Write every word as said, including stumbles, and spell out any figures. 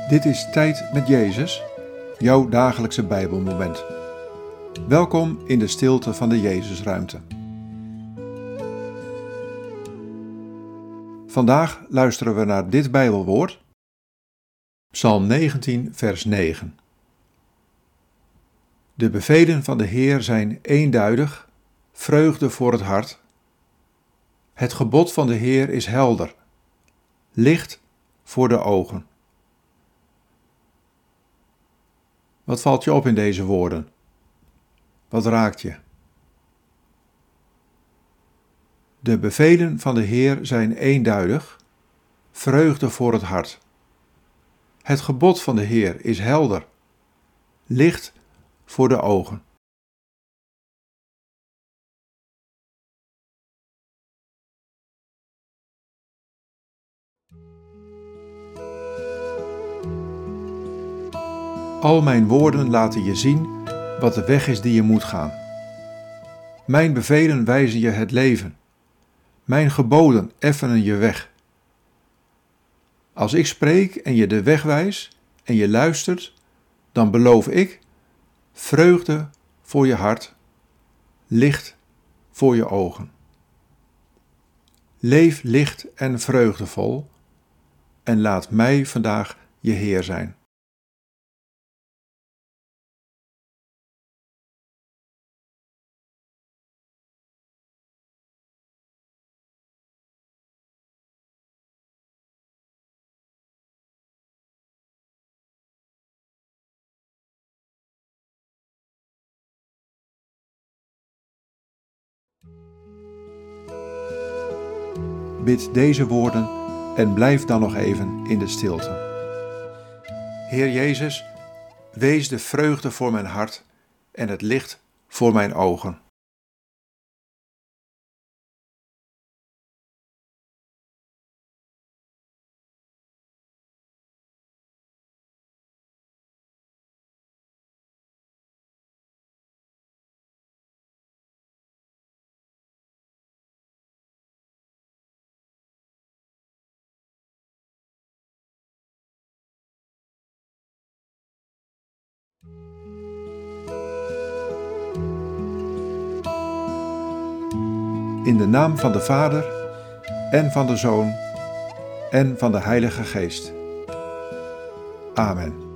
Dit is Tijd met Jezus, jouw dagelijkse Bijbelmoment. Welkom in de stilte van de Jezusruimte. Vandaag luisteren we naar dit Bijbelwoord, Psalm negentien, vers negen. De bevelen van de Heer zijn eenduidig, vreugde voor het hart. Het gebod van de Heer is helder, licht voor de ogen. Wat valt je op in deze woorden? Wat raakt je? De bevelen van de Heer zijn eenduidig, vreugde voor het hart. Het gebod van de Heer is helder, licht voor de ogen. Al mijn woorden laten je zien wat de weg is die je moet gaan. Mijn bevelen wijzen je het leven. Mijn geboden effenen je weg. Als ik spreek en je de weg wijs en je luistert, dan beloof ik vreugde voor je hart, licht voor je ogen. Leef licht en vreugdevol en laat mij vandaag je Heer zijn. Bid deze woorden en blijf dan nog even in de stilte. Heer Jezus, wees de vreugde voor mijn hart en het licht voor mijn ogen. In de naam van de Vader, en van de Zoon, en van de Heilige Geest. Amen.